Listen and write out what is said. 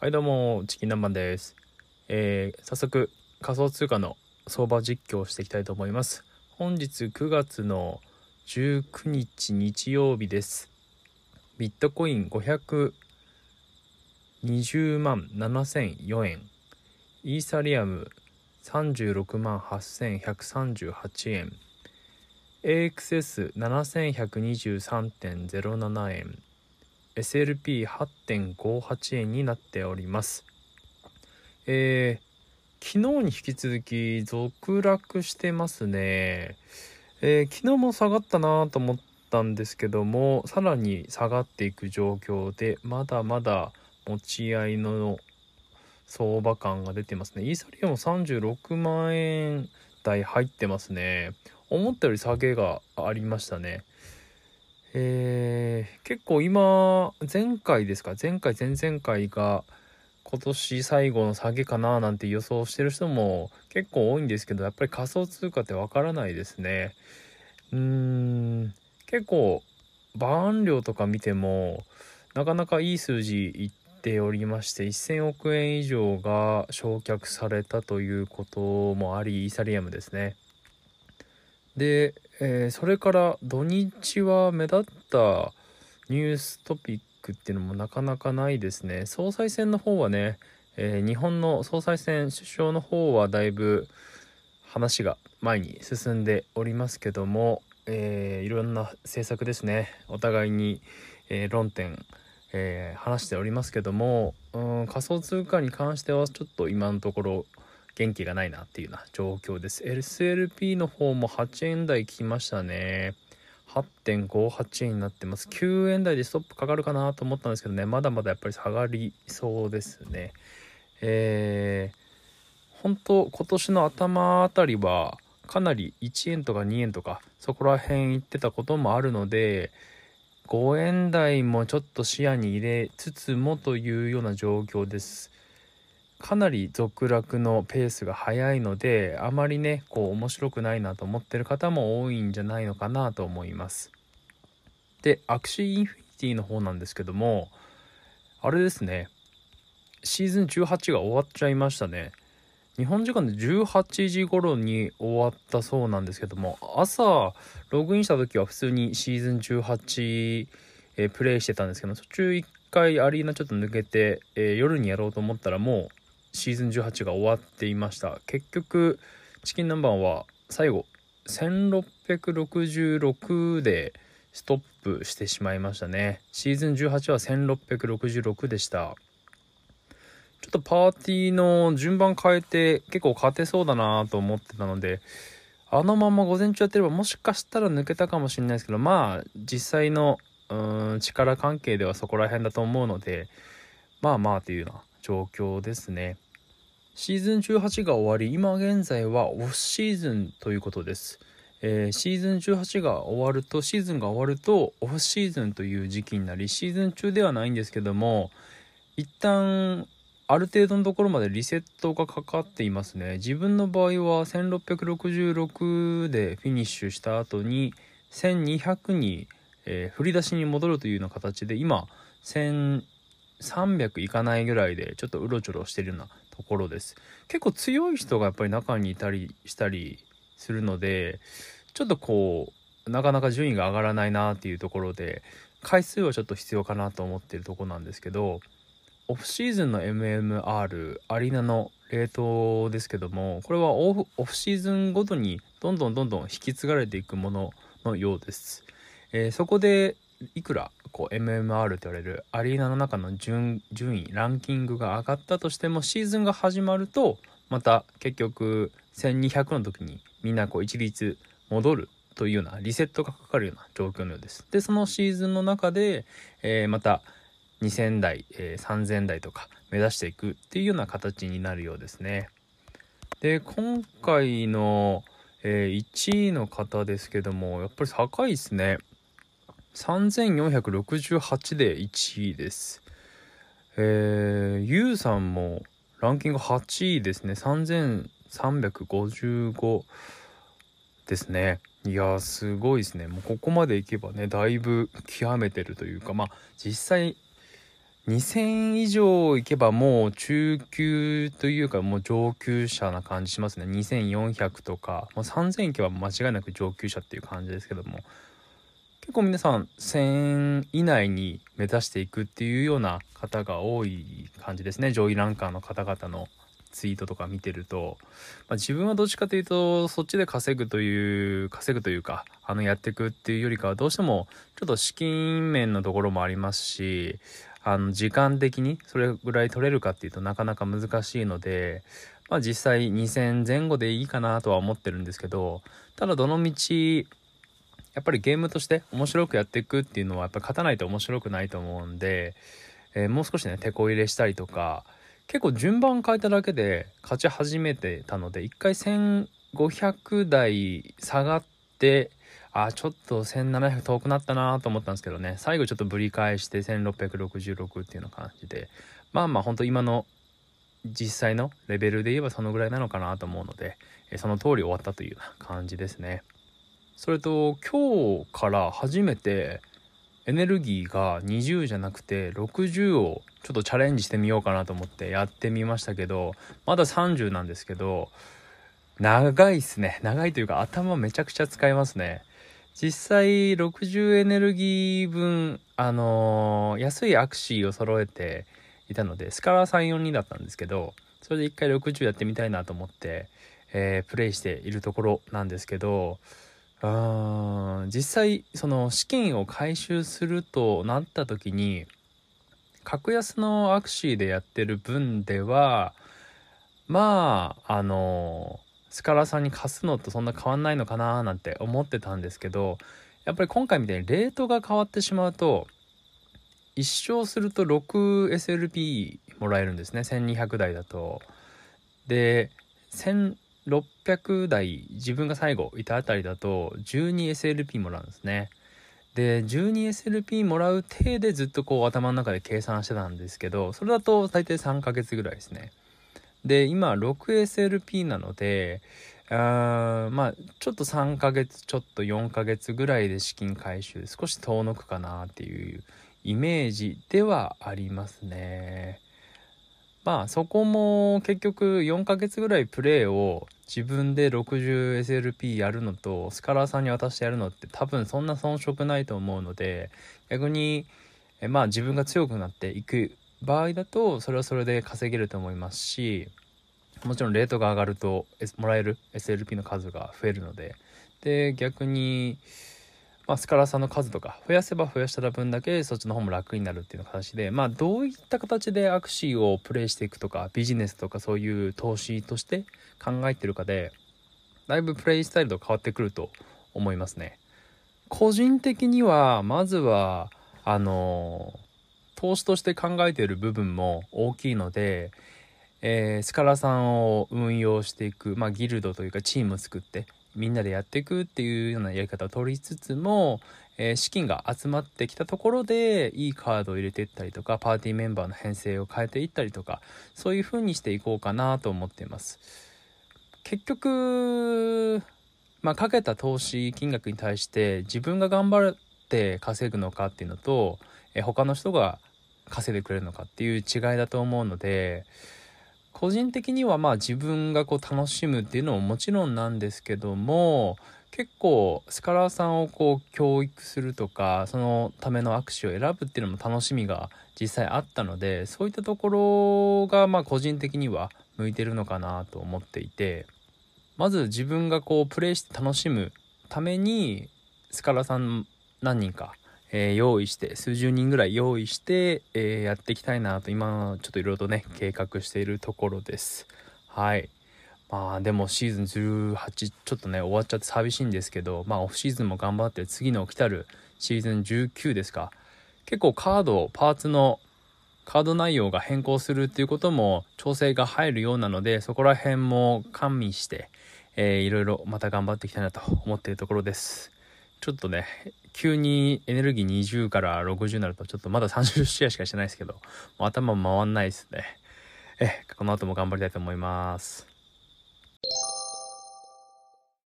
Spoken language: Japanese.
はいどうも、チキン南蛮です。早速仮想通貨の相場実況をしていきたいと思います。本日9月の19日日曜日です。ビットコイン520万7004円、イーサリアム36万8138円、AXS7123.07 円、SLP8.58 円になっております。昨日に引き続き続落してますね。昨日も下がったなと思ったんですけども、さらに下がっていく状況で、まだまだ持ち合いの相場感が出てますね。イーサリアム36万円台入ってますね。思ったより下げがありましたね。結構今、前回前々回が今年最後の下げかななんて予想してる人も結構多いんですけど、やっぱり仮想通貨ってわからないですね。結構バーン量とか見てもなかなかいい数字いっておりまして、1000億円以上が償却されたということもあり、イーサリアムですね。で、それから土日は目立ったニューストピックっていうのもなかなかないですね。総裁選の方はね、日本の総裁選首相の方はだいぶ話が前に進んでおりますけども、いろんな政策ですね、お互いに、論点、話しておりますけども、仮想通貨に関してはちょっと今のところ元気がないなっていうような状況です。 SLP の方も8円台来ましたね。8.58 円になってます。9円台でストップかかるかなと思ったんですけどね、まだまだやっぱり下がりそうですね。本当今年の頭あたりはかなり1円とか2円とかそこら辺行ってたこともあるので、5円台もちょっと視野に入れつつもというような状況です。かなり続落のペースが速いので、あまりね面白くないなと思ってる方も多いんじゃないのかなと思います。で、アクシーインフィニティの方なんですけども、あれですね、シーズン18が終わっちゃいましたね。日本時間で18時頃に終わったそうなんですけども、朝ログインした時は普通にシーズン18、プレイしてたんですけど、途中1回アリーナちょっと抜けて、夜にやろうと思ったらもうシーズン18が終わっていました。結局チキン南蛮は最後1666でストップしてしまいましたね。シーズン18は1666でした。ちょっとパーティーの順番変えて結構勝てそうだなと思ってたので、あのまま午前中やってればもしかしたら抜けたかもしれないですけど、まあ実際の力関係ではそこら辺だと思うので、まあまあというような状況ですね。シーズン18が終わり、今現在はオフシーズンということです。シーズン18が終わると、シーズンが終わるとオフシーズンという時期になり、シーズン中ではないんですけども、一旦ある程度のところまでリセットがかかっていますね。自分の場合は1666でフィニッシュした後に1200に、振り出しに戻るというような形で、今1300いかないぐらいでちょっとうろちょろしてるようなところです。結構強い人がやっぱり中にいたりしたりするので、ちょっとなかなか順位が上がらないなっていうところで、回数はちょっと必要かなと思ってるところなんですけど、オフシーズンの MMR アリーナのレートですけども、これはオフシーズンごとにどんどん引き継がれていくもののようです。そこでいくらMMR と言われるアリーナの中の順位ランキングが上がったとしても、シーズンが始まるとまた結局1200の時にみんな一律戻るというようなリセットがかかるような状況のようです。で、そのシーズンの中で、また2000台、3000台とか目指していくっていうような形になるようですね。で、今回の、1位の方ですけども、やっぱり高いですね。3468で1位です。ゆうさんもランキング8位ですね。3355ですね。いやすごいですね。もうここまでいけばね、だいぶ極めてるというか、まあ実際 2000以上いけばもう中級というかもう上級者な感じしますね。2400とか、もう3000いけば間違いなく上級者っていう感じですけども、結構皆さん1000以内に目指していくっていうような方が多い感じですね。上位ランカーの方々のツイートとか見てると、自分はどっちかというとそっちで稼ぐというかやっていくっていうよりかは、どうしてもちょっと資金面のところもありますし、時間的にそれぐらい取れるかっていうとなかなか難しいので、実際2000前後でいいかなとは思ってるんですけど、ただどの道やっぱりゲームとして面白くやっていくっていうのはやっぱり勝たないと面白くないと思うんで、もう少しね手こ入れしたりとか、結構順番変えただけで勝ち始めてたので、一回1500台下がって、ちょっと1700遠くなったなと思ったんですけどね、最後ちょっとぶり返して1666っていうような感じで、本当今の実際のレベルで言えばそのぐらいなのかなと思うので、その通り終わったというような感じですね。それと今日から初めてエネルギーが20じゃなくて60をちょっとチャレンジしてみようかなと思ってやってみましたけど、まだ30なんですけど、長いっすね。長いというか頭めちゃくちゃ使いますね。実際60エネルギー分安いアクシーを揃えていたので、スカラ342だったんですけど、それで一回60やってみたいなと思って、プレイしているところなんですけど、実際その資金を回収するとなった時に、格安のアクシーでやってる分ではスカラさんに貸すのとそんな変わんないのかななんて思ってたんですけど、やっぱり今回みたいにレートが変わってしまうと、一勝すると 6SLP もらえるんですね。1200台だと。で1600台自分が最後いたあたりだと 12SLP もらうんですね。で 12SLP もらう体でずっとこう頭の中で計算してたんですけど、それだと大体3ヶ月ぐらいですね。で今 6SLP なので、ちょっと3ヶ月ちょっと4ヶ月ぐらいで資金回収少し遠のくかなっていうイメージではありますね。そこも結局4ヶ月ぐらいプレイを自分で 60SLP やるのとスカラーさんに渡してやるのって多分そんな遜色ないと思うので、逆に自分が強くなっていく場合だとそれはそれで稼げると思いますし、もちろんレートが上がるともらえる SLP の数が増えるので、逆にスカラーさんの数とか増やせば増やした分だけそっちの方も楽になるっていう形で、どういった形でアクシーをプレイしていくとかビジネスとかそういう投資として考えてるかでだいぶプレイスタイルと変わってくると思いますね。個人的にはまずは投資として考えている部分も大きいので、スカラさんを運用していく、ギルドというかチームを作ってみんなでやっていくっていうようなやり方を取りつつも、資金が集まってきたところでいいカードを入れていったりとか、パーティーメンバーの編成を変えていったりとか、そういう風にしていこうかなと思っています。結局かけた投資金額に対して自分が頑張って稼ぐのかっていうのと、他の人が稼いでくれるのかっていう違いだと思うので、個人的には自分がこう楽しむっていうのももちろんなんですけども、結構スカラーさんをこう教育するとかそのための握手を選ぶっていうのも楽しみが実際あったので、そういったところが個人的には向いてるのかなと思っていて、まず自分がこうプレイして楽しむためにスカラーさん何人か用意して数十人ぐらい用意して、やっていきたいなと今ちょっといろいろとね計画しているところです。はい。でもシーズン18ちょっとね終わっちゃって寂しいんですけど、オフシーズンも頑張って次の来たるシーズン19ですか、結構パーツのカード内容が変更するっていうことも調整が入るようなので、そこら辺も加味して、いろいろまた頑張っていきたいなと思っているところです。ちょっとね急にエネルギー20から60になるとちょっとまだ30試合しかしてないですけど、頭回んないですね。この後も頑張りたいと思います。